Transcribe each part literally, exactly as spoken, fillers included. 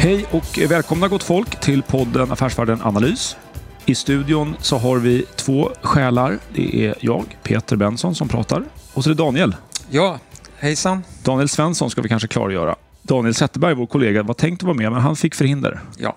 Hej och välkomna gott folk till podden Affärsvärlden Analys. I studion så har vi två själar. Det är jag, Peter Benson, som pratar. Och så är det Daniel. Ja, hejsan. Daniel Svensson ska vi kanske klargöra. Daniel Zetterberg, vår kollega, var tänkt att vara med men han fick förhinder. Ja.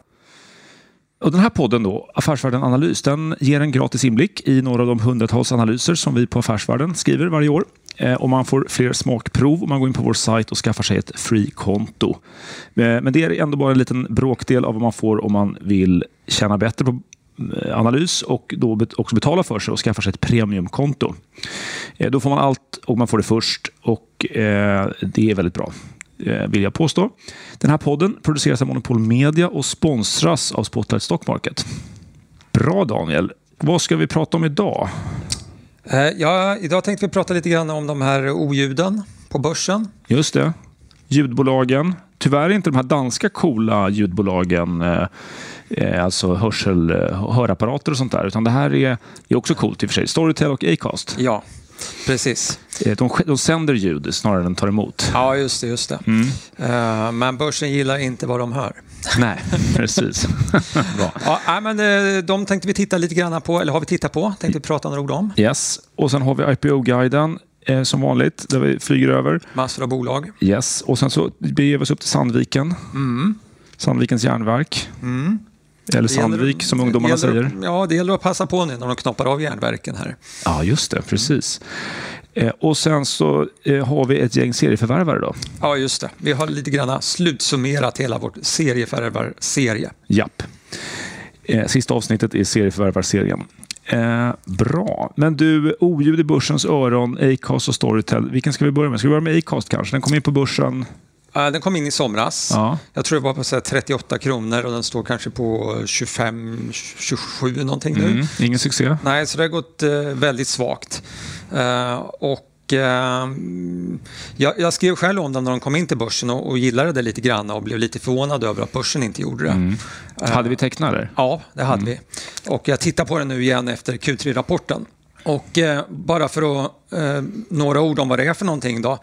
Och den här podden då, Affärsvärlden Analys, den ger en gratis inblick i några av de hundratals analyser som vi på Affärsvärlden skriver varje år. Eh, och man får fler smakprov om man går in på vår sajt och skaffar sig ett free-konto. Eh, men det är ändå bara en liten bråkdel av vad man får om man vill tjäna bättre på analys och då bet- också betala för sig och skaffa sig ett premiumkonto. Eh, då får man allt och man får det först och eh, det är väldigt bra, eh, vill jag påstå. Den här podden produceras av Monopol Media och sponsras av Spotlight Stock Market. Bra Daniel, vad ska vi prata om idag? Eh, ja, idag tänkte vi prata lite grann om de här oljuden på börsen. Just det, ljudbolagen. Tyvärr är inte de här danska coola ljudbolagen eh, alltså hörsel, hörapparater och sånt där, utan det här är, är också coolt i och för sig. Storytel och Acast. Ja, precis. De, de sänder ljud snarare än tar emot. Ja, just det. Just det. Mm. Uh, men börsen gillar inte vad de hör. Nej, precis. Bra. Ja, men de tänkte vi titta lite grann på, eller har vi tittat på, tänkte vi prata några ord om. Yes, och sen har vi I P O-guiden eh, som vanligt, där vi flyger över. Massor av bolag. Yes, och sen så beger vi oss upp till Sandviken. Mm. Sandvikens järnverk. Mm. Eller Sandvik gäller, som ungdomarna gäller, säger. Ja, det gäller att passa på nu när de knoppar av järnverken här. Ja, just det, precis. Eh, och sen så eh, har vi ett gäng serieförvärvare då. Ja, just det. Vi har lite grann slutsummerat hela vårt serieförvärvarserie. Japp. Eh, sista avsnittet är serieförvärvarserien. Eh, bra. Men du, oljud i börsens öron, Acast och Storytel. Vilken ska vi börja med? Ska vi börja med Acast kanske? Den kom in på börsen. Den kom in i somras. Ja. Jag tror det var på så här trettioåtta kronor och den står kanske på tjugofem tjugosju någonting nu. Mm, ingen succé. Nej, så det har gått eh, väldigt svagt. Eh, och eh, jag, jag skrev själv om den när de kom in till börsen och, och gillade det lite grann och blev lite förvånad över att börsen inte gjorde det. Mm. Eh, hade vi tecknare? Ja, det hade mm. vi. Och jag tittar på den nu igen efter Q tre-rapporten. Och eh, bara för att eh, några ord om vad det är för någonting då.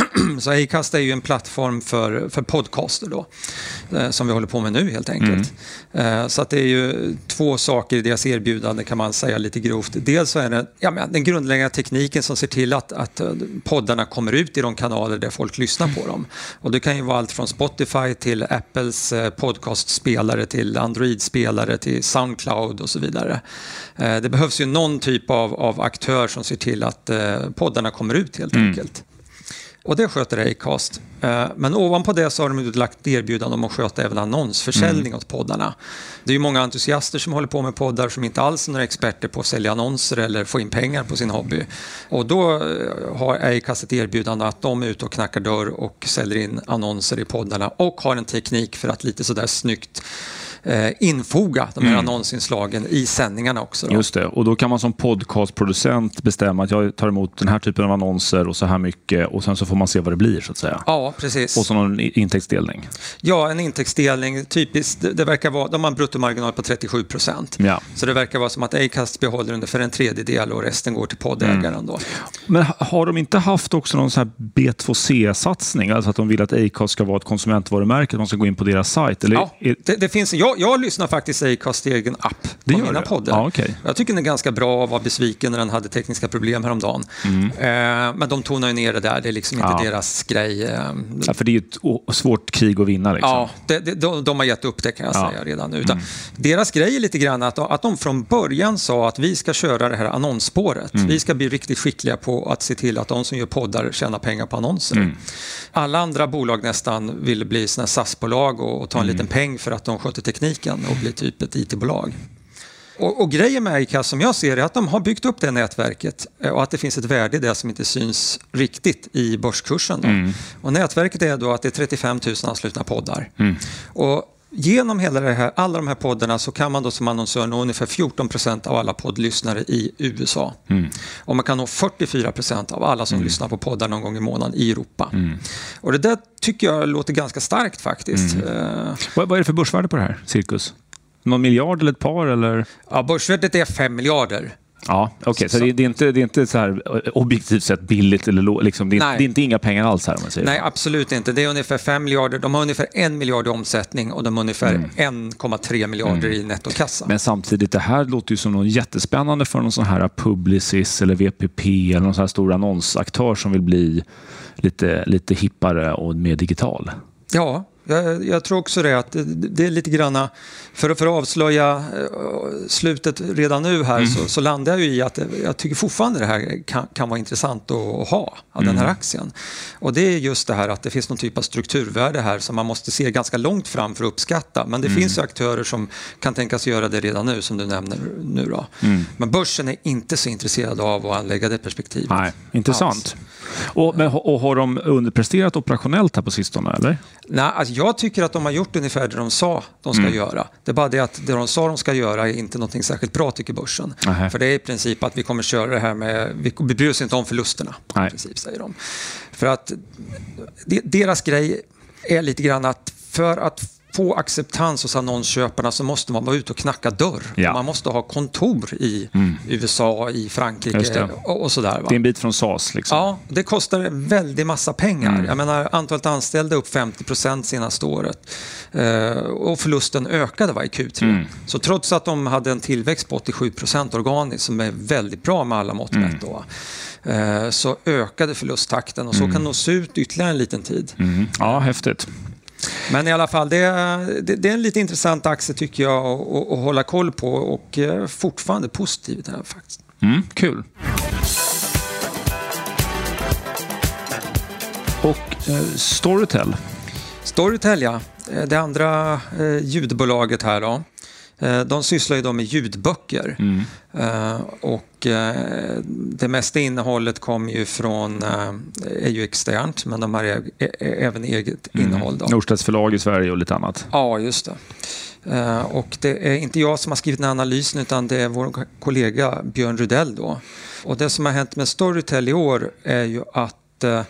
Så Acast är ju en plattform för, för podcaster då. Eh, som vi håller på med nu helt enkelt. Mm. Eh, så att det är ju två saker i deras erbjudande kan man säga lite grovt. Dels så är det ja, men den grundläggande tekniken som ser till att, att poddarna kommer ut i de kanaler där folk lyssnar på dem. Och det kan ju vara allt från Spotify till Apples eh, podcastspelare till Android-spelare till Soundcloud och så vidare. Eh, det behövs ju någon typ av, av aktör som ser till att eh, poddarna kommer ut helt mm. enkelt. Och det sköter Acast. Men ovanpå det så har de lagt erbjudande om att sköta även annonsförsäljning mm. åt poddarna. Det är ju många entusiaster som håller på med poddar som inte alls är några experter på att sälja annonser eller få in pengar på sin hobby. Och då har Acast ett erbjudande att de är ute och knackar dörr och säljer in annonser i poddarna och har en teknik för att lite sådär snyggt Eh, infoga de här mm. annonsinslagen i sändningarna också. Då. Just det, och då kan man som podcastproducent bestämma att jag tar emot den här typen av annonser och så här mycket och sen så får man se vad det blir så att säga. Ja, precis. Och så någon intäktsdelning. Ja, en intäktsdelning. Typiskt, det, det verkar vara, de har en bruttomarginal på trettiosju procent. Ja. Så det verkar vara som att Acast behåller ungefär en tredjedel och resten går till poddägaren mm. då. Men har de inte haft också någon sån här B två C-satsning? Alltså att de vill att Acast ska vara ett konsumentvarumärke, att man ska gå in på deras sajt? Eller ja, är... det, det finns jag Jag, jag lyssnar faktiskt i Acast egen app det på mina det. poddar. Ja, okay. Jag tycker den är ganska bra och var besviken när den hade tekniska problem häromdagen. Mm. Eh, men de tonar ju ner det där. Det är liksom inte ja. deras grej. Eh. Ja, för det är ju ett svårt krig att vinna. Liksom. Ja, det, det, de, de har gett upp det kan jag ja. säga redan nu. Utan mm. deras grej är lite grann att, att de från början sa att vi ska köra det här annonsspåret. Mm. Vi ska bli riktigt skickliga på att se till att de som gör poddar tjänar pengar på annonser. Mm. Alla andra bolag nästan vill bli såna S A S-bolag och, och ta en mm. liten peng för att de sköter tekniken och blir typ ett I T-bolag. Och, och grejen med Acast som jag ser är att de har byggt upp det nätverket och att det finns ett värde i det som inte syns riktigt i börskursen. Då. Mm. Och nätverket är då att det är trettiofem tusen anslutna poddar. Mm. Och genom hela det här, alla de här poddarna så kan man då som annonsör nå ungefär fjorton procent av alla poddlyssnare i U S A. Mm. Och man kan nå fyrtiofyra procent av alla som mm. lyssnar på poddar någon gång i månaden i Europa. Mm. Och det där tycker jag låter ganska starkt faktiskt. Mm. Uh, vad, vad är det för börsvärde på det här, cirkus? Någon miljard eller ett par? Eller? Ja, börsvärdet är fem miljarder. Ja, okej. Okay. Så, så det, det är inte, det är inte så här objektivt sett billigt eller liksom, det, är, det är inte inga pengar alls här om man säger. Nej, absolut inte. Det är ungefär fem miljarder. De har ungefär en miljard i omsättning och de har ungefär mm. en komma tre miljarder mm. i nettokassa. Men samtidigt, det här låter ju som något jättespännande för någon sån här Publicis eller V P P eller någon sån här stor annonsaktör som vill bli lite, lite hippare och mer digital. Ja, jag, jag tror också det att det, det är lite granna, för, för att avslöja uh, slutet redan nu här mm. så, så landar jag ju i att jag tycker fortfarande det här kan, kan vara intressant att, att ha av mm. den här aktien. Och det är just det här att det finns någon typ av strukturvärde här som man måste se ganska långt fram för att uppskatta. Men det mm. finns ju aktörer som kan tänkas göra det redan nu som du nämner nu då. Mm. Men börsen är inte så intresserad av att anlägga det perspektivet. Nej, intressant. Och, men, och har de underpresterat operationellt här på sistone eller? Nej, alltså jag tycker att de har gjort ungefär det de sa de ska mm. göra. Det är bara det att det de sa de ska göra är inte något särskilt bra tycker börsen. Aha. För det är i princip att vi kommer köra det här med, vi, vi bryr oss inte om förlusterna. Nej. I princip säger de. För att deras grej är lite grann att för att få acceptans hos annonsköparna så måste man vara ute och knacka dörr. Ja. Man måste ha kontor i mm. U S A, i Frankrike och, och sådär. Va? Det är en bit från S A S. Liksom. Ja, det kostar väldigt massa pengar. Mm. Jag menar, antalet anställda upp femtio procent senaste året. Eh, och förlusten ökade va, i Q tre. Mm. Så trots att de hade en tillväxt på åttiosju procent organiskt som är väldigt bra med alla mått mätt då. Eh, så ökade förlusttakten och så mm. kan nog se ut ytterligare en liten tid. Mm. Ja, häftigt. Men i alla fall, det är, det, det är en lite intressant aktie tycker jag att, att hålla koll på och fortfarande positivt här faktiskt. Mm, kul. Och eh, Storytel. Storytel, ja. Det andra eh, ljudbolaget här då. De sysslar ju då med ljudböcker mm. uh, och uh, det mesta innehållet kommer ju från, uh, är ju externt men de har ä- ä- även eget mm. innehåll då. Norstedts förlag i Sverige och lite annat. Ja, just det. Uh, och det är inte jag som har skrivit den här analysen utan det är vår kollega Björn Rudell då. Och det som har hänt med Storytel i år är ju att uh,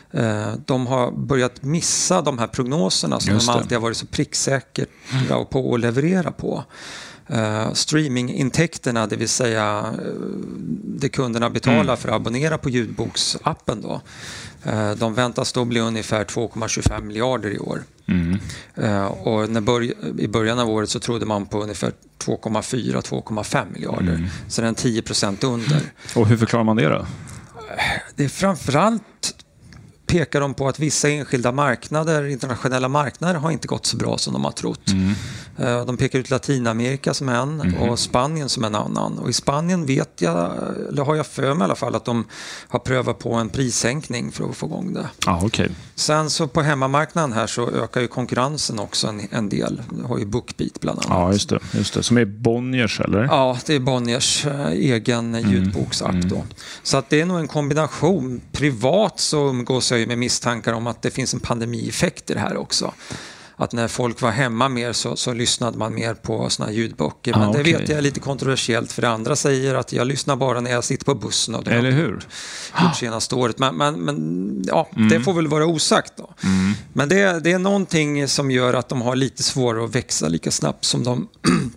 de har börjat missa de här prognoserna som de alltid har varit så pricksäkra mm. på att leverera på. Uh, streamingintäkterna, det vill säga uh, det kunderna betalar mm. för att abonnera på ljudboksappen då. Uh, de väntas då bli ungefär två komma tjugofem miljarder i år. Mm. Uh, och när börj- i början av året så trodde man på ungefär två komma fyra till två komma fem miljarder. Mm. Så den är tio procent under. Och hur förklarar man det då? Det är framförallt pekar de på att vissa enskilda marknader, internationella marknader har inte gått så bra som de har trott. Mm. De pekar ut Latinamerika som en mm. och Spanien som en annan. Och i Spanien vet jag, eller har jag för mig i alla fall, att de har prövat på en prissänkning för att få igång det. Ah, okay. Sen så på hemmamarknaden här så ökar ju konkurrensen också en, en del. Det har ju BookBeat bland annat. Ja, just det, just det. Som är Bonniers, eller? Ja, det är Bonniers äh, egen mm. ljudboksapp mm. då. Så att det är nog en kombination. Privat så umgås jag ju med misstankar om att det finns en pandemieffekt i det här också. Att när folk var hemma mer så, så lyssnade man mer på såna här ljudböcker. Men ah, okay. det vet jag är lite kontroversiellt för det andra säger att jag lyssnar bara när jag sitter på bussen. Och det Eller hur? Gjort senaste året. Men, men, men ja, mm. det får väl vara osagt då. Mm. Men det, det är någonting som gör att de har lite svårare att växa lika snabbt som de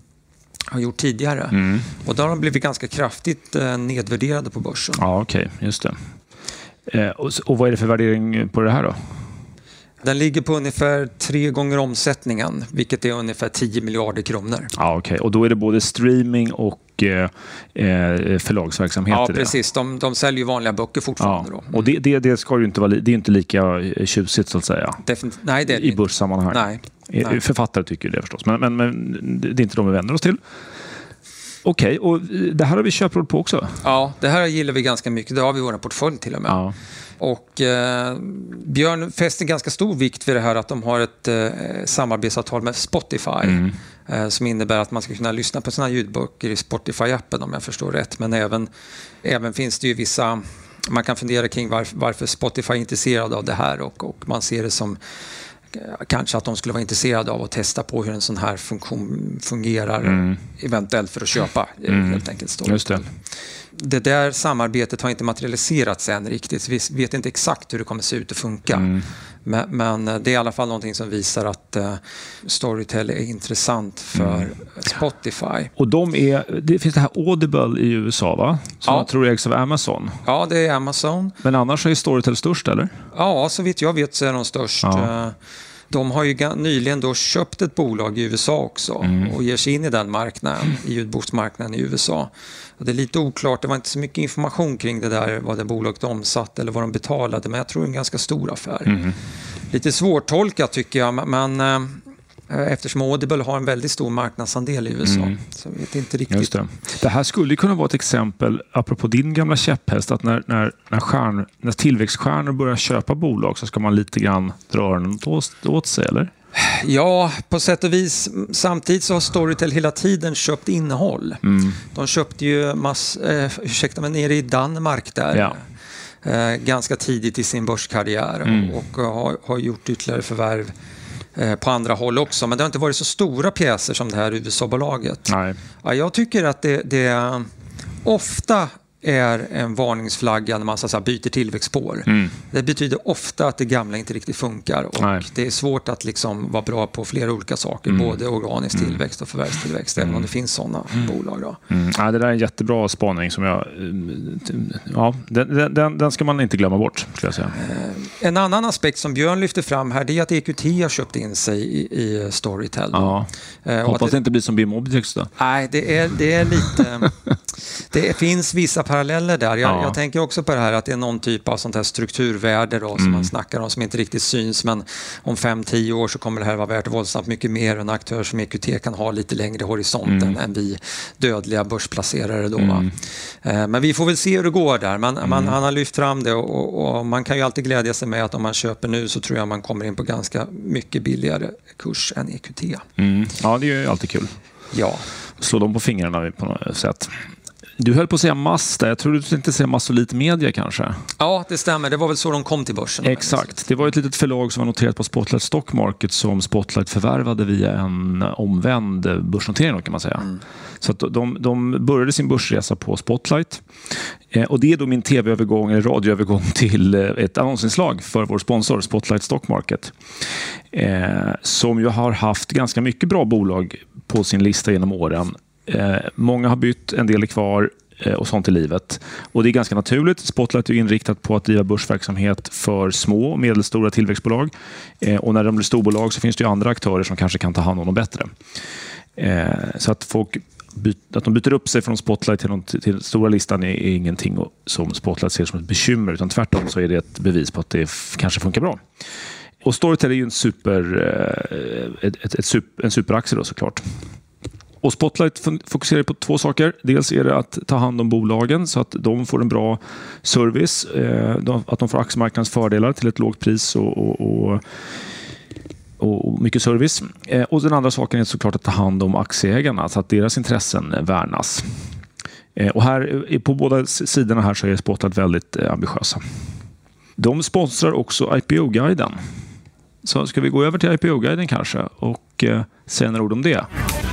har gjort tidigare. Mm. Och då har de blivit ganska kraftigt eh, nedvärderade på börsen. Ja, okej. Okay. Just det. Eh, och, och vad är det för värdering på det här då? Den ligger på ungefär tre gånger omsättningen, vilket är ungefär tio miljarder kronor. Ja, okej. Okay. Och då är det både streaming och eh, förlagsverksamhet? Ja, precis. De, de säljer ju vanliga böcker fortfarande. Ja. Då. Och det, det, det, ska ju inte vara, det är inte lika tjusigt så att säga. Definitivt. Nej, det är det i börssammanhang. Nej. Nej. Författare tycker det förstås, men, men, men det är inte de vi vänder oss till. Okej, okay, och det här har vi köpråd på också? Ja, det här gillar vi ganska mycket. Det har vi i vår portfölj till och med. Ja. Och eh, Björn fäster ganska stor vikt vid det här att de har ett eh, samarbetsavtal med Spotify mm. eh, som innebär att man ska kunna lyssna på sina ljudböcker i Spotify-appen om jag förstår rätt. Men även, även finns det ju vissa, man kan fundera kring varför, varför Spotify är intresserad av det här och, och man ser det som kanske att de skulle vara intresserade av att testa på hur en sån här funktion fungerar mm. eventuellt för att köpa mm. helt enkelt. Just det. det där samarbetet har inte materialiserats än riktigt. Så vi vet inte exakt hur det kommer se ut och funka. Mm. Men, men det är i alla fall någonting som visar att uh, Storytel är intressant för mm. Spotify. Och de är, det finns det här Audible i U S A, va? Som ja. jag tror ägs av Amazon. Ja, det är Amazon. Men annars är Storytel störst, eller? Ja, så vitt jag vet så är de störst. Ja. De har ju nyligen då köpt ett bolag i U S A också mm. och ger sig in i den marknaden, i ljudboksmarknaden i U S A. Och det är lite oklart, det var inte så mycket information kring det där, vad det bolaget omsatt eller vad de betalade, men jag tror det är en ganska stor affär. Mm. Lite svårtolkat tycker jag, men äh, eftersom Audible har en väldigt stor marknadsandel i U S A. Mm. Så jag vet inte riktigt. Just det. Det här skulle kunna vara ett exempel, apropå din gamla käpphäst, att när, när, när, stjärn, när tillväxtstjärnor börjar köpa bolag så ska man lite grann dra öronen åt, åt sig, eller? Ja, på sätt och vis. Samtidigt så har Storytel hela tiden köpt innehåll. Mm. De köpte ju mass, eh, ursäkta mig, nere i Danmark där. Ja. Eh, ganska tidigt i sin börskarriär mm. och, och har, har gjort ytterligare förvärv eh, på andra håll också. Men det har inte varit så stora pjäser som det här U S A-bolaget. Nej. Ja, jag tycker att det, det ofta är en varningsflagga när man så att säga, byter tillväxtspår. Mm. Det betyder ofta att det gamla inte riktigt funkar och Nej. det är svårt att liksom vara bra på flera olika saker, mm. både organisk mm. tillväxt och förvärvstillväxt, mm. även om det finns sådana mm. bolag. Då. Mm. Ja, det där är en jättebra spaning som jag... Ja, den, den, den ska man inte glömma bort, skulle jag säga. En annan aspekt som Björn lyfter fram här, det är att E Q T har köpt in sig i, i Storytel. Ja. Eh, Hoppas att det, det inte blir som B I M Objects då. Nej, det är, det är lite... det finns vissa paralleller där. Jag, ja. jag tänker också på det här att det är någon typ av sånt här strukturvärde då, som mm. man snackar om som inte riktigt syns, men om fem till tio år så kommer det här vara värt våldsamt mycket mer. En aktör som E Q T kan ha lite längre horisont mm. än vi dödliga börsplacerare då. Mm. Va? Eh, men vi får väl se hur det går där. Man, mm. man, han har lyft fram det och, och, och man kan ju alltid glädja sig med att om man köper nu så tror jag man kommer in på ganska mycket billigare kurs än E Q T. Mm. Ja, det är ju alltid kul. Ja. Slå dem på fingrarna på något sätt. Du höll på att säga Masta. Jag tror du inte säga Massolit Media kanske. Ja, det stämmer. Det var väl så de kom till börsen. Exakt. Det var ett litet förlag som var noterat på Spotlight Stock Market som Spotlight förvärvade via en omvänd börsnotering kan man säga. Mm. Så att de, de började sin börsresa på Spotlight. Eh, och det är då min tv-övergång eller radioövergång till ett annonsinslag för vår sponsor Spotlight Stock Market. Eh, som ju har haft ganska mycket bra bolag på sin lista genom åren. Eh, många har bytt, en del är kvar eh, och sånt i livet. Och det är ganska naturligt. Spotlight är inriktat på att driva börsverksamhet för små och medelstora tillväxtbolag. Eh, och när de blir storbolag så finns det ju andra aktörer som kanske kan ta hand om dem bättre. Eh, så att folk byt, att de byter upp sig från Spotlight till, någon, till stora listan är, är ingenting som Spotlight ser som ett bekymmer, utan tvärtom så är det ett bevis på att det f- kanske funkar bra. Och Storytel är ju en super, eh, ett, ett, ett super, en superaktie då såklart. Och Spotlight fokuserar på två saker. Dels är det att ta hand om bolagen så att de får en bra service. Att de får aktiemarknadens fördelar till ett lågt pris och, och, och, och mycket service. Och den andra saken är såklart att ta hand om aktieägarna så att deras intressen värnas. Och här, på båda sidorna här så är Spotlight väldigt ambitiösa. De sponsrar också I P O-guiden. Så ska vi gå över till I P O-guiden kanske och säga några ord om det.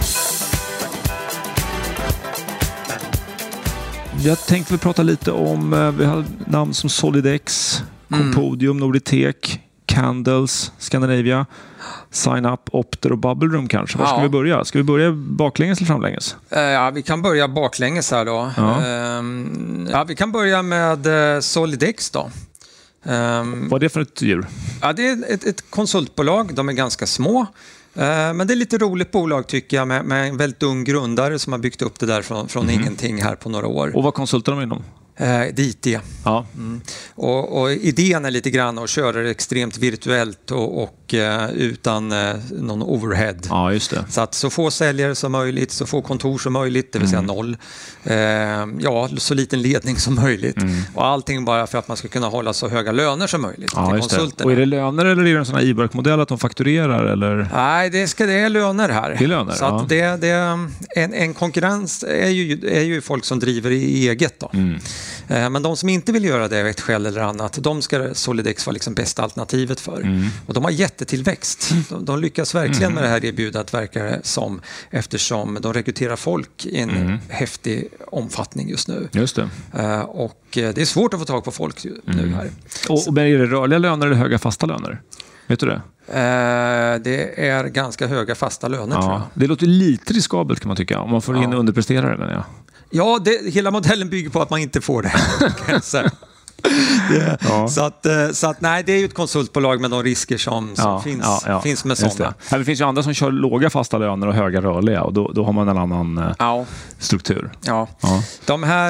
Jag tänkte vi prata lite om, vi har namn som Solidex, Compodium, mm. Norditech, Candles, Scandinavia, Sign-up, Opter och Bubbleroom kanske. Var ska ja. vi börja? Ska vi börja baklänges eller framlänges? Ja, vi kan börja baklänges här då. Ja, um, ja vi kan börja med uh, Solidex då. Um, Vad är det för ett djur? Ja, det är ett, ett konsultbolag. De är ganska små. Men det är lite roligt bolag tycker jag med, med en väldigt ung grundare som har byggt upp det där från, från mm. ingenting här på några år. Och vad konsultar de inom? Eh, det är I T. Ja. Mm. Och, och idén är lite grann att köra det extremt virtuellt och, och eh, utan eh, någon overhead. Ja, just det. Så att så få säljare som möjligt, så få kontor som möjligt, det vill säga mm. noll. Eh, ja, så liten ledning som möjligt. Mm. Och allting bara för att man ska kunna hålla så höga löner som möjligt ja, till konsulterna. Och är det löner eller är det en sån här e-work-modell att de fakturerar? Eller? Nej, det, ska, det är löner här. Det är löner, så att ja. det, det, en, en konkurrens är ju, är ju folk som driver i eget då. Mm. Men de som inte vill göra det av ett skäl eller annat, de ska Solidex vara liksom bästa alternativet för. Mm. Och de har jättetillväxt. De, de lyckas verkligen mm. med det här erbjudandet, verkar det som, eftersom de rekryterar folk i en mm. häftig omfattning just nu. Just det. Och det är svårt att få tag på folk nu mm. här. Och, och är det rörliga löner eller höga fasta löner? Vet du det? Eh, det är ganska höga fasta löner, ja, tror jag. Det låter lite riskabelt, kan man tycka, om man får ja. in underpresterare, men ja. Ja, det, hela modellen bygger på att man inte får det. Yeah. Ja. Så, att, så att nej, det är ju ett konsultbolag med de risker som, som ja, finns, ja, ja. finns med sådana. Det. det finns ju andra som kör låga fasta löner och höga rörliga, och då, då har man en annan ja. struktur. Ja. Ja. De här,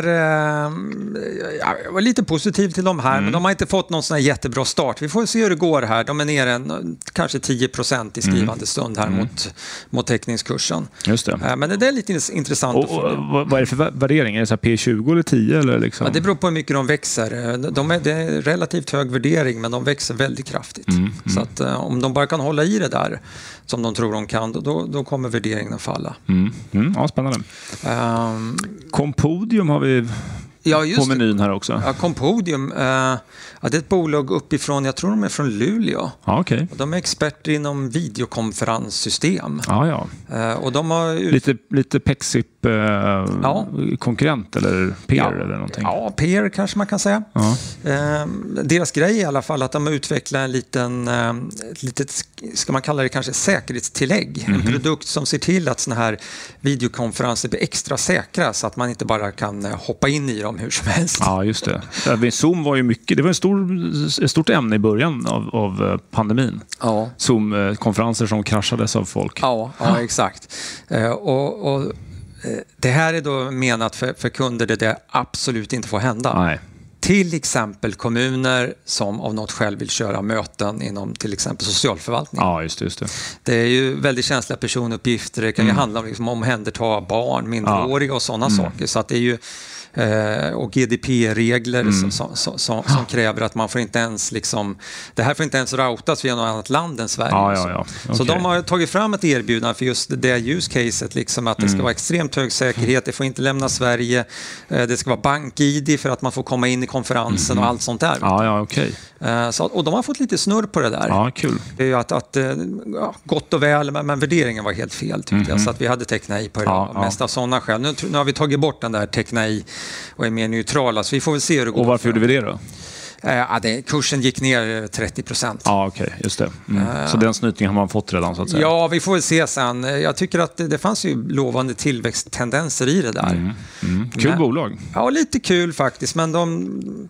jag var lite positiv till de här, mm. men de har inte fått någon sån här jättebra start. Vi får se hur det går här. De är nere en, kanske tio procent i skrivande mm. stund här mm. mot, mot teckningskursen. Just det. Men det är lite intressant. Och, och, vad är det för värdering? Är det så här P tjugo eller tio? Eller liksom? Ja, det beror på hur mycket de växer. De är, det är relativt hög värdering, men de växer väldigt kraftigt. Mm, mm. Så att uh, om de bara kan hålla i det där som de tror de kan, då, då kommer värderingen att falla. Mm, mm, ja, spännande. Um, Compodium har vi ja, just på menyn här också. Ja, Compodium, uh, ja, det är ett bolag uppifrån, jag tror de är från Luleå. Ja, okay. Och de är experter inom videokonferenssystem. Ja, ja. Uh, och de har ut... Lite, lite Pexip uh, ja. konkurrent eller peer ja. eller någonting. Ja, peer kanske man kan säga. Ja. Uh, deras grej är i alla fall att de har utvecklat en liten, uh, ett litet, ska man kalla det kanske säkerhetstillägg. Mm-hmm. En produkt som ser till att såna här videokonferenser blir extra säkra, så att man inte bara kan uh, hoppa in i dem hur som helst. Ja, just det. Zoom var ju mycket, det var en stor, ett stort ämne i början av, av pandemin. Ja. Zoom-konferenser som kraschades av folk. Ja, ja exakt. Uh, och, och det här är då menat för, för kunder där det absolut inte får hända. Nej. Till exempel kommuner som av något skäl vill köra möten inom till exempel socialförvaltning. Ja, just det, just det. Det är ju väldigt känsliga personuppgifter. Det kan ju mm. handla om liksom omhänderta barn, minderåriga och sådana mm. saker. Så att det är ju och G D P-regler mm. som, som, som, som kräver att man får inte ens liksom, det här får inte ens routas via något annat land än Sverige. Ja, ja, ja. Okay. Så de har tagit fram ett erbjudande för just det use-caset, liksom att det ska mm. vara extremt hög säkerhet, det får inte lämna Sverige, det ska vara bank-I D för att man får komma in i konferensen mm. och allt sånt där. Ja, ja, okej. Okay. Så, och de har fått lite snurr på det där. Ja, kul. Det är ju att, att ja, gott och väl, men, men värderingen var helt fel tyckte mm. jag, så att vi hade teckna i på det ja, mest ja. av sådana skäl. Nu, nu har vi tagit bort den där teckna i och är mer neutrala, så vi får väl se hur det går. Och varför gjorde vi det då? Ja, det, kursen gick ner trettio procent. Ja, okej, okay, just det. Mm. Uh, så den snytningen har man fått redan, så att säga. Ja, vi får väl se sen. Jag tycker att det, det fanns ju lovande tillväxttendenser i det där. Mm. Mm. Kul men, bolag. Ja, lite kul faktiskt, men de,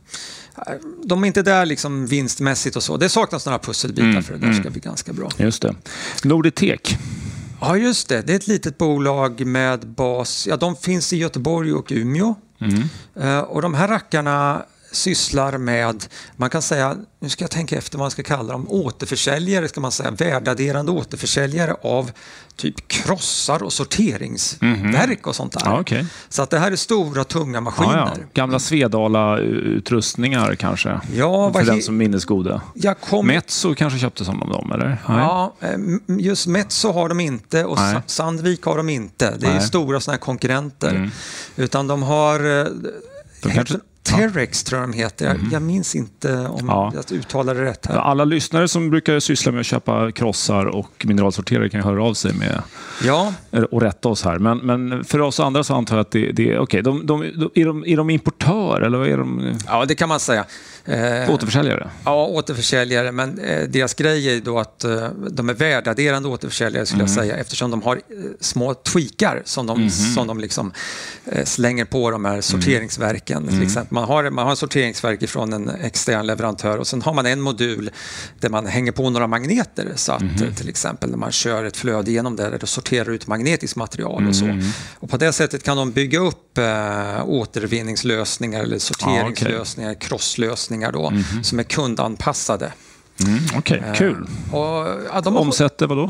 de är inte där liksom vinstmässigt och så. Det saknas några pusselbitar mm. för det där ska bli ganska bra. Just det. Norditek. Ja, just det. Det är ett litet bolag med bas. Ja, de finns i Göteborg och Umeå. Mm. Uh, och de här rackarna sysslar med, man kan säga, nu ska jag tänka efter vad man ska kalla dem, återförsäljare, ska man säga, värdaderande återförsäljare av typ krossar och sorteringsverk mm-hmm. och sånt där. Ja, okay. Så att det här är stora, tunga maskiner. Ja, ja. Gamla Svedala-utrustningar kanske, ja, för den som minnesgoda. Kom... Metso kanske köpte som de dem, eller? Ja, just Metso har de inte och Nej. Sandvik har de inte. Det är Nej. stora såna här konkurrenter. Mm. Utan de har... De kanske... Terex tror jag de heter. Jag, jag minns inte om ja. jag uttalar det rätt här. Alla lyssnare som brukar syssla med att köpa krossar och mineralsorterare kan höra av sig med ja. och rätta oss här. Men, men för oss andra så antar jag att det, det är okej. Okay. De, de, de, är, de, är de importör eller vad är de? Ja, det kan man säga. Eh, återförsäljare? Ja, återförsäljare. Men eh, deras grej är då att eh, de är värdaderande återförsäljare skulle mm. jag säga. Eftersom de har eh, små tweakar som de, mm. som de liksom eh, slänger på de här sorteringsverken. Mm. Till exempel. Man har, man har en sorteringsverk från en extern leverantör och sen har man en modul där man hänger på några magneter så att mm. till exempel när man kör ett flöde genom det, det sorterar ut magnetiskt material mm. och så. Och på det sättet kan de bygga upp äh, återvinningslösningar eller sorteringslösningar, ah, okay. crosslösningar då, mm. som är kundanpassade. Mm. Okej, okay. Kul. Äh, och, ja, de omsätter vad då?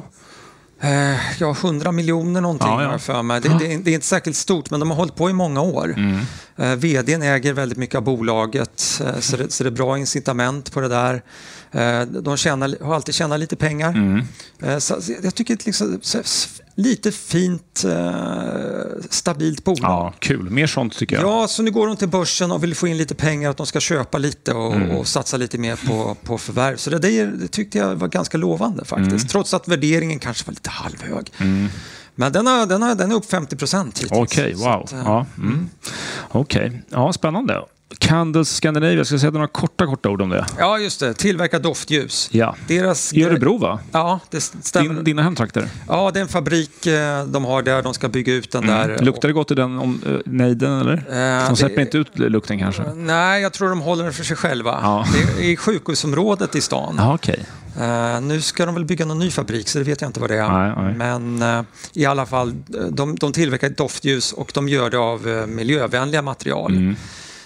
Ja, hundra miljoner någonting ja, ja. för mig. Det, det, det är inte särskilt stort, men de har hållit på i många år. Mm. Uh, vdn äger väldigt mycket av bolaget, uh, så, det, så det är bra incitament på det där. Uh, de tjänar, har alltid tjänat lite pengar. Mm. Uh, så, så jag tycker att liksom, så, lite fint, eh, stabilt bolag. Ja, kul. Mer sånt tycker jag. Ja, så nu går de till börsen och vill få in lite pengar, att de ska köpa lite och, Mm. och satsa lite mer på, på förvärv. Så det, där, det tyckte jag var ganska lovande faktiskt. Mm. Trots att värderingen kanske var lite halvhög. Mm. Men den, har, den, har, den är upp femtio procent hittills. Okej, wow. Att, eh, ja, mm. Okej, ja, spännande. Candles Scandinavia, jag ska säga några korta, korta ord om det. Ja, just det. Tillverkar doftljus. Ja. Deras I Örebro, va? Ja, det stämmer. Din, dina hemtrakter. Ja, det är en fabrik eh, de har där. De ska bygga ut den där. Mm. Luktar det gott i den om, uh, nejden, eller? Eh, De släpper det- inte ut lukten kanske? Nej, jag tror de håller den för sig själva. Ja. Det är i sjukhusområdet i stan. Ja, okej. Eh, nu ska de väl bygga någon ny fabrik, så det vet jag inte vad det är. Nej, nej. Men eh, i alla fall, de, de tillverkar ett doftljus och de gör det av eh, miljövänliga material. Mm.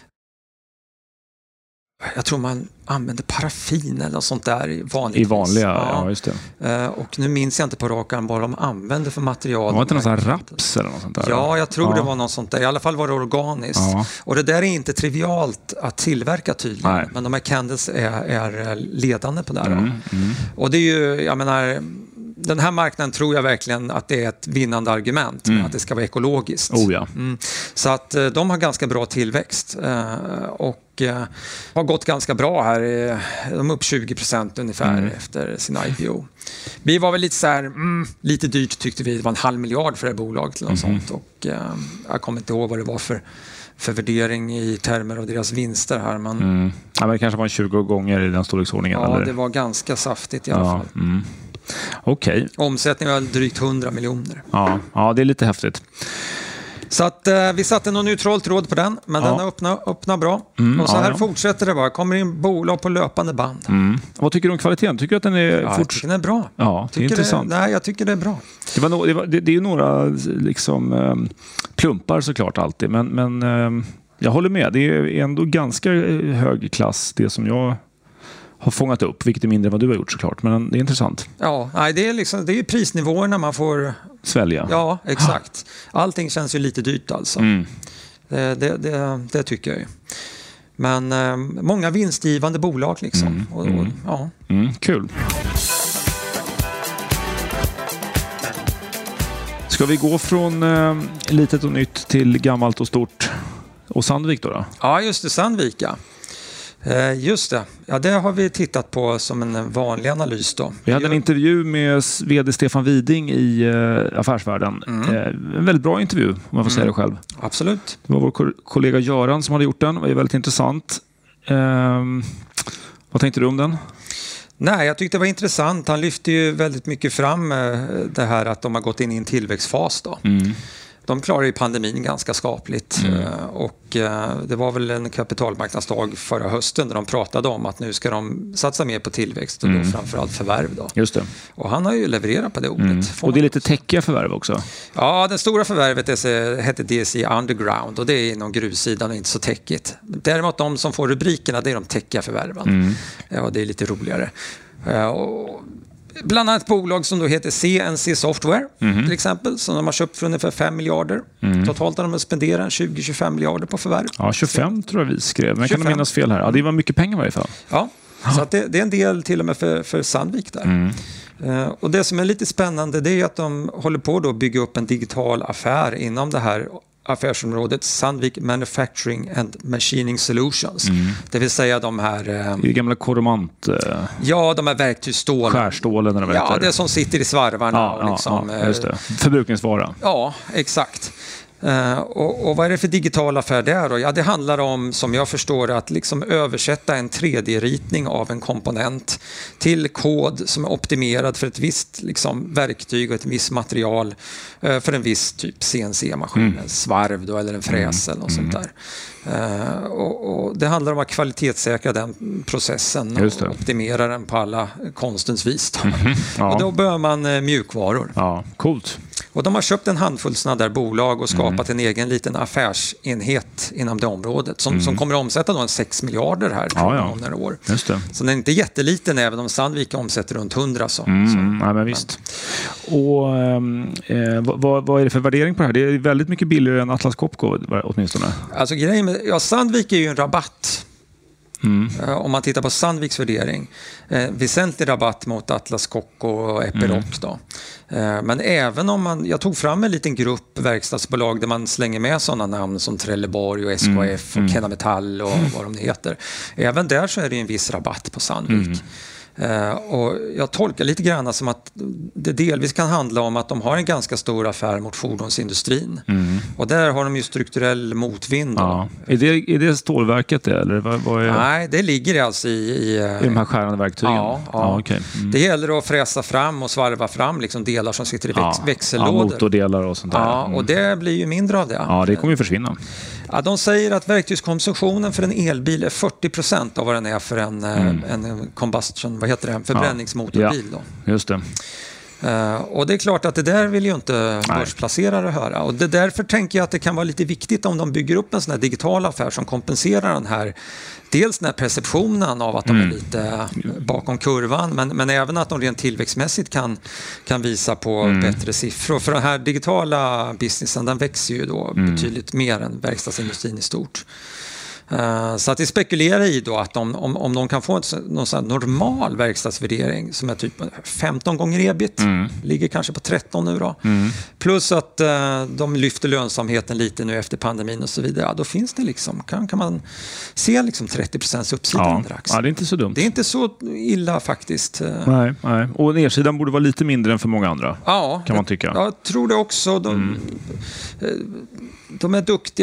Jag tror man använder paraffin eller något sånt där i vanligt I vanliga, vis. ja, just det. Eh, och nu minns jag inte på rak arm vad de använder för material. Var det inte någon sån här raps eller något sånt där? Ja, jag tror Ja. det var något sånt där. I alla fall var det organiskt. Ja. Och det där är inte trivialt att tillverka tydligen. Nej. Men de här candles är, är ledande på det här. Mm, mm. Och det är ju, jag menar, den här marknaden tror jag verkligen att det är ett vinnande argument. Mm. Att det ska vara ekologiskt. Oh ja. Mm. Så att eh, de har ganska bra tillväxt. Eh, och eh, har gått ganska bra här. Eh, De är upp tjugo procent ungefär Mm. efter sin I P O. Vi var väl lite så här, mm, lite dyrt tyckte vi. Det var en halv miljard för det här bolaget eller något Mhm. sånt. Och eh, jag kommer inte ihåg vad det var för, för värdering i termer av deras vinster här. Men Mm. Ja, men det kanske var tjugo gånger i den storleksordningen. ja, eller? det var ganska saftigt i alla Ja, fall. mm. Okej. Omsättningen var drygt hundra miljoner. Ja, ja, det är lite häftigt. Så att eh, vi satte någon neutralt råd på den, men Ja. den har öppnat, öppnat bra. Mm, och så ja, här ja. fortsätter det bara. Kommer in bolag på löpande band. Mm. Vad tycker du om kvaliteten? Tycker du att den är Ja, jag fort... tycker den är bra. Ja, det är Tycker intressant. Det, nej, jag tycker det är bra. Det, var no, det, var, det, det är ju några liksom, um, plumpar såklart alltid, men, men um, jag håller med. Det är ändå ganska hög klass det som jag har fångat upp, vilket är mindre än vad du har gjort såklart, men det är intressant. Ja, nej, det är liksom, det är ju prisnivåerna man får... Svälja. Ja, exakt. Allting känns ju lite dyrt alltså. Mm. Det, det, det, det tycker jag ju. Men eh, många vinstgivande bolag liksom. Mm, Och, och, mm. ja. Mm, kul. Ska vi gå från eh, litet och nytt till gammalt och stort och Sandvik då? då? ja, just det. Sandvika. Eh, just det. Ja, det har vi tittat på som en vanlig analys då. Vi hade en intervju med vd Stefan Widing i eh, Affärsvärlden. Mm. Eh, en väldigt bra intervju, om man får säga det själv. Absolut. Det var vår ko- kollega Göran som hade gjort den. Det var ju väldigt intressant. Ehm, vad tänkte du om den? Nej, jag tyckte det var intressant. Han lyfte ju väldigt mycket fram eh, det här att de har gått in i en tillväxtfas då. Mm. De klarar ju pandemin ganska skapligt Mm. eh, och eh, det var väl en kapitalmarknadsdag förra hösten där de pratade om att nu ska de satsa mer på tillväxt och Mm. då framförallt förvärv då. Just det. Och han har ju levererat på det ordet. Mm. Får Och det är man- lite täckiga förvärv också. Ja, det stora förvärvet är, så- hette D C Underground och det är inom gruvsidan och inte så täckigt. Däremot de som får rubrikerna, det är de täckiga förvärven. Mm. Ja, det är lite roligare. Eh, och bland annat bolag som då heter C N C Software Mhm. till exempel, som de har köpt för ungefär fem miljarder. Mm. Totalt har de spenderat tjugo till tjugofem miljarder på förvärv. Ja, tjugofem tror jag vi skrev. Men jag kan tjugofem. minnas fel här. Ja, det var mycket pengar i varje fall. Ja, så att det, det är en del till och med för, för Sandvik där. Mm. Eh, och det som är lite spännande det är att de håller på då att bygga upp en digital affär inom det här affärsområdet Sandvik Manufacturing and Machining Solutions. Mm. Det vill säga de här, eh, Det är ju gamla Koromant, eh, ja, de här verktygsstålen. skärstålen eller vad Ja, heter. det som sitter i svarvarna. ja, och liksom, ja, ja, just det. Förbrukningsvara. Ja, exakt. Uh, och, och vad är det för digital affär där då? Ja, det handlar om, som jag förstår att liksom översätta en tre D-ritning av en komponent till kod som är optimerad för ett visst liksom, verktyg och ett visst material uh, för en viss typ C N C-maskin, Mm. en svarv då, eller en fräs eller något sånt där. Uh, och, och det handlar om att kvalitetssäkra den processen Just det. och optimera den på alla konstens vis. Då. Ja. Och då behöver man uh, mjukvaror. Ja, coolt. Och de har köpt en handfull sådana där bolag och skapat en egen liten affärsenhet inom det området som, som kommer att omsätta då en sex miljarder här tror Ja, jag, ja. om några år. Just det. Så den är inte jätteliten även om Sandvik omsätter runt hundra. Så. så. Mm, ja, men visst. Och ehm, eh, vad- vad, vad är det för värdering på det här? Det är väldigt mycket billigare än Atlas Copco åtminstone. Alltså grejen med, ja, Sandvik är ju en rabatt. Mm. Uh, om man tittar på Sandviks värdering, uh, väsentlig rabatt mot Atlas Copco och Epiroc mm. då. Uh, men även om man, jag tog fram en liten grupp verkstadsbolag där man slänger med sådana namn som Trelleborg och S K F mm. och Kenna Metall och vad de heter. Även där så är det en viss rabatt på Sandvik. Mm. Uh, och jag tolkar lite grann som att det delvis kan handla om att de har en ganska stor affär mot fordonsindustrin. Mm. Och där har de ju strukturell motvind. Ja. Är, det, är det stålverket det, eller vad, vad är... Nej, det ligger alltså i... I, I de här skärande verktygen? Ja. ja. ja okay. mm. Det gäller att fräsa fram och svarva fram liksom delar som sitter i väx, ja. växellådor. Ja, motordelar och sånt där. Ja, och det blir ju mindre av det. Ja, det kommer ju försvinna. Ja, de säger att verktygskonsumtionen för en elbil är fyrtio procent av vad den är för en, mm. en combustion, vad heter det, en förbränningsmotorbil. Ja, då. Just det. Uh, och det är klart att det där vill ju inte börsplacerare höra. Och det därför tänker jag att det kan vara lite viktigt om de bygger upp en sån här digital affär som kompenserar den här, dels den här perceptionen av att de mm. är lite bakom kurvan, men, men även att de rent tillväxtmässigt kan, kan visa på mm. bättre siffror. För den här digitala businessen, den växer ju då mm. betydligt mer än verkstadsindustrin i stort. Uh, så att vi spekulerar i då att om, om, om de kan få en, någon sån normal verkstadsvärdering som är typ femton gånger ebit, mm. ligger kanske på tretton nu då, mm. plus att uh, de lyfter lönsamheten lite nu efter pandemin och så vidare, ja, då finns det liksom, kan, kan man se liksom trettio procent uppsida ja. under aktien. Ja, det är inte så dumt. Det är inte så illa faktiskt. Nej, nej. Och nedsidan borde vara lite mindre än för många andra, ja, kan man tycka. Jag, jag tror det också. De, mm. de är duktiga,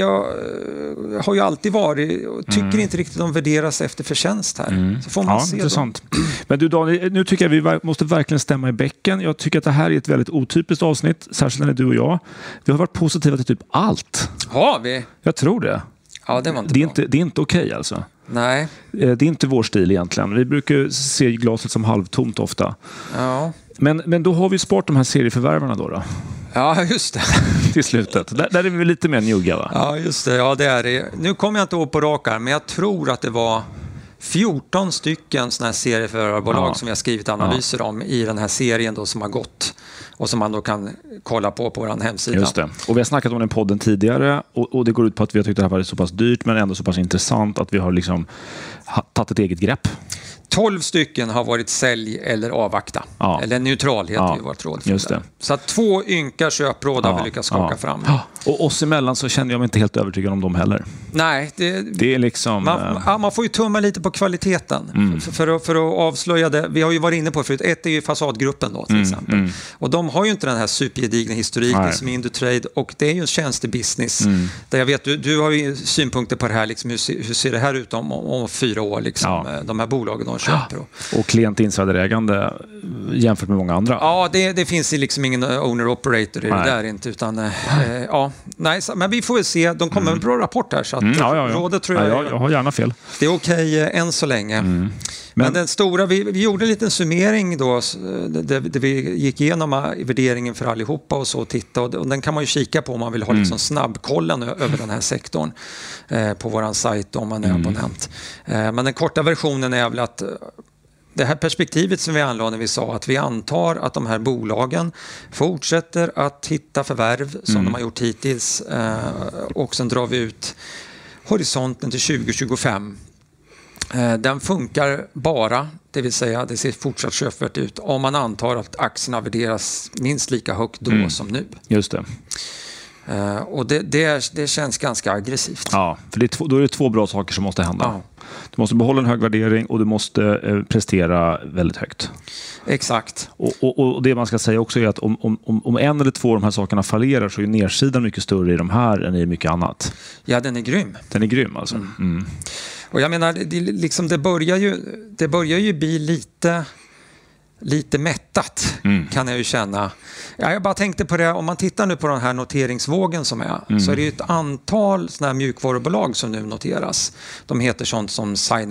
har ju alltid varit och tycker mm. inte riktigt de värderas efter förtjänst här. Mm. Så får man ja, se intressant. Då. Men du Daniel, nu tycker jag vi måste verkligen stämma i bäcken. Jag tycker att det här är ett väldigt otypiskt avsnitt, särskilt när det är du och jag. Vi har varit positiva till typ allt. Har vi? Jag tror det. Ja, det var inte det är bra. inte, det är inte okej okay, alltså. Nej. Det är inte vår stil egentligen. Vi brukar se glaset som halvtomt ofta. Ja. Men, men då har vi sparat de här serieförvärvarna då då? Ja, just det. Till slutet. Där, där är vi lite mer njugga, va? Ja, just det. Ja, det är det. Nu kommer jag inte ihåg på rakar, men jag tror att det var fjorton stycken såna här serieförvärvarbolag ja. som vi har skrivit analyser ja. om i den här serien då som har gått och som man då kan kolla på på vår hemsida. Just det. Och vi har snackat om den podden tidigare och, och det går ut på att vi har tyckt att det här var så pass dyrt men ändå så pass intressant att vi har liksom tagit ett eget grepp. tolv stycken har varit sälj eller avvakta. Ja. Eller neutral heter ja. ju vårt råd. Just det. Så att två ynka köpråd har ja. vi lyckats skaka ja. fram. Ja. Och oss emellan så känner jag mig inte helt övertygad om dem heller. Nej. Det, det är liksom... Man, äh... man får ju tumma lite på kvaliteten. Mm. För, för, att, för att avslöja det. Vi har ju varit inne på det förut. Ett är ju Fasadgruppen då till mm. exempel. Mm. Och de har ju inte den här supergedigna historiken Nej. som Indutrade. Och det är ju en tjänstebusiness. Mm. Där jag vet, du, du har ju synpunkter på det här. Liksom, hur, hur ser det här ut om, om fyra år? Liksom, ja. De här bolagen de köper. Och klient-insiderägande jämfört med många andra. Ja, det, det finns ju liksom ingen owner-operator i det där inte. Utan, eh, ja, nej, men vi får väl se. De kommer mm. med en bra rapport här. Så att mm, ja, ja, ja. rådet tror jag, ja, jag, jag har gärna fel. Det är okej okay, än så länge. Mm. Men, men den stora, vi, vi gjorde en liten summering då. Där, där vi gick igenom värderingen för allihopa och så och titta. Och, och den kan man ju kika på om man vill ha mm. liksom snabbkollen över den här sektorn. Eh, på våran sajt om man är mm. abonnent. Eh, men den korta versionen är väl att det här perspektivet som vi anlade när vi sa att vi antar att de här bolagen fortsätter att hitta förvärv som mm. de har gjort hittills eh, och sen drar vi ut horisonten till tjugo tjugofem. Eh, den funkar bara, det vill säga det ser fortsatt köpvärt ut om man antar att aktierna värderas minst lika högt då mm. som nu. Just det. Uh, och det, det, det känns ganska aggressivt. Ja, för det är två, då är det två bra saker som måste hända. Ja. Du måste behålla en hög värdering och du måste eh, prestera väldigt högt. Exakt. Och, och, och det man ska säga också är att om, om, om en eller två av de här sakerna fallerar så är nedsidan mycket större i de här än i mycket annat. Ja, den är grym. Den är grym alltså. Mm. Mm. Och jag menar, det, liksom, det, börjar ju, det börjar ju bli lite... lite mättat mm. kan jag ju känna. Ja, jag bara tänkte på det, om man tittar nu på den här noteringsvågen som är mm. så är det ju ett antal såna här mjukvarubolag som nu noteras. De heter sånt som Sign Up,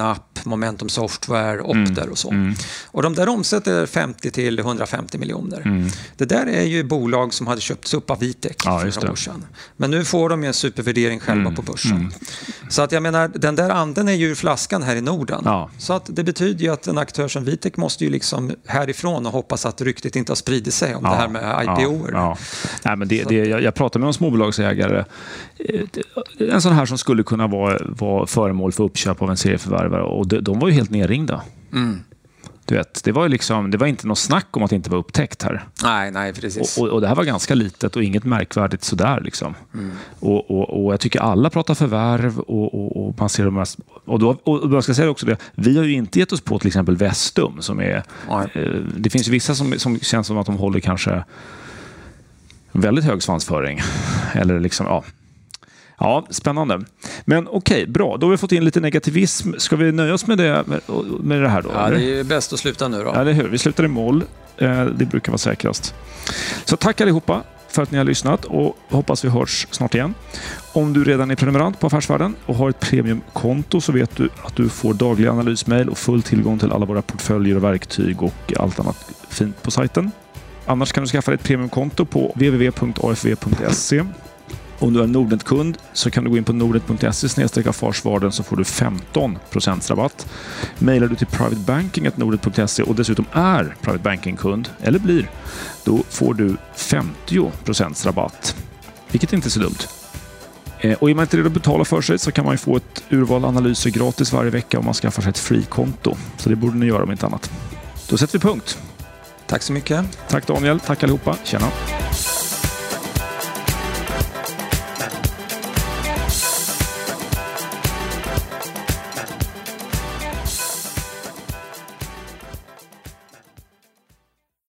Momentum Software, Opter mm. och så. Mm. Och de där omsätter femtio till hundrafemtio miljoner. Mm. Det där är ju bolag som hade köpts upp av Vitec ja, för några år sedan. Men nu får de ju en supervärdering själva mm. på börsen. Mm. Så att jag menar, den där anden är ju flaskan här i Norden. Ja. Så att det betyder ju att en aktör som Vitec måste ju liksom härifrån och hoppas att ryktet inte har spridit sig om ja. det här med I P O-er. Ja. Ja. Nej, men det, det, jag, jag pratar med en småbolagsägare, en sån här som skulle kunna vara, vara föremål för uppköp av en serieförvärvare, och de, de var ju helt nerringda. Mm. Du vet, det var ju liksom, det var inte något snack om att det inte var upptäckt här. Nej, nej, precis. Och, och, och det här var ganska litet och inget märkvärdigt sådär liksom. Mm. Och, och, och jag tycker alla pratar förvärv och, och, och man ser de här, och, då, och jag ska säga också det, vi har ju inte gett oss på till exempel Vestum som är, eh, det finns ju vissa som, som känns som att de håller kanske väldigt hög svansföring. Eller liksom, ja. Ja, spännande. Men okej, okay, bra. Då har vi fått in lite negativism. Ska vi nöja oss med det, med, med det här då? Ja, eller? Det är bäst att sluta nu då. Ja, det är hur. Vi slutar i mål. Det brukar vara säkrast. Så tack allihopa för att ni har lyssnat och hoppas vi hörs snart igen. Om du redan är prenumerant på Affärsvärlden och har ett premiumkonto så vet du att du får dagliga analysmail och full tillgång till alla våra portföljer och verktyg och allt annat fint på sajten. Annars kan du skaffa dig ett premiumkonto på w w w punkt a f v punkt se. Om du är Nordnet-kund så kan du gå in på nordnet punkt se snedstreck affärsvärlden så får du femton procent rabatt. Mailar du till privatebanking snabel-a nordnet punkt se och dessutom är private banking-kund, eller blir, då får du femtio procent rabatt. Vilket inte är så dumt. Och är man inte redo att betala för sig så kan man ju få ett urval analyser gratis varje vecka om man skaffar sig ett free-konto. Så det borde ni göra om inte annat. Då sätter vi punkt. Tack så mycket. Tack Daniel, tack allihopa. Tjena.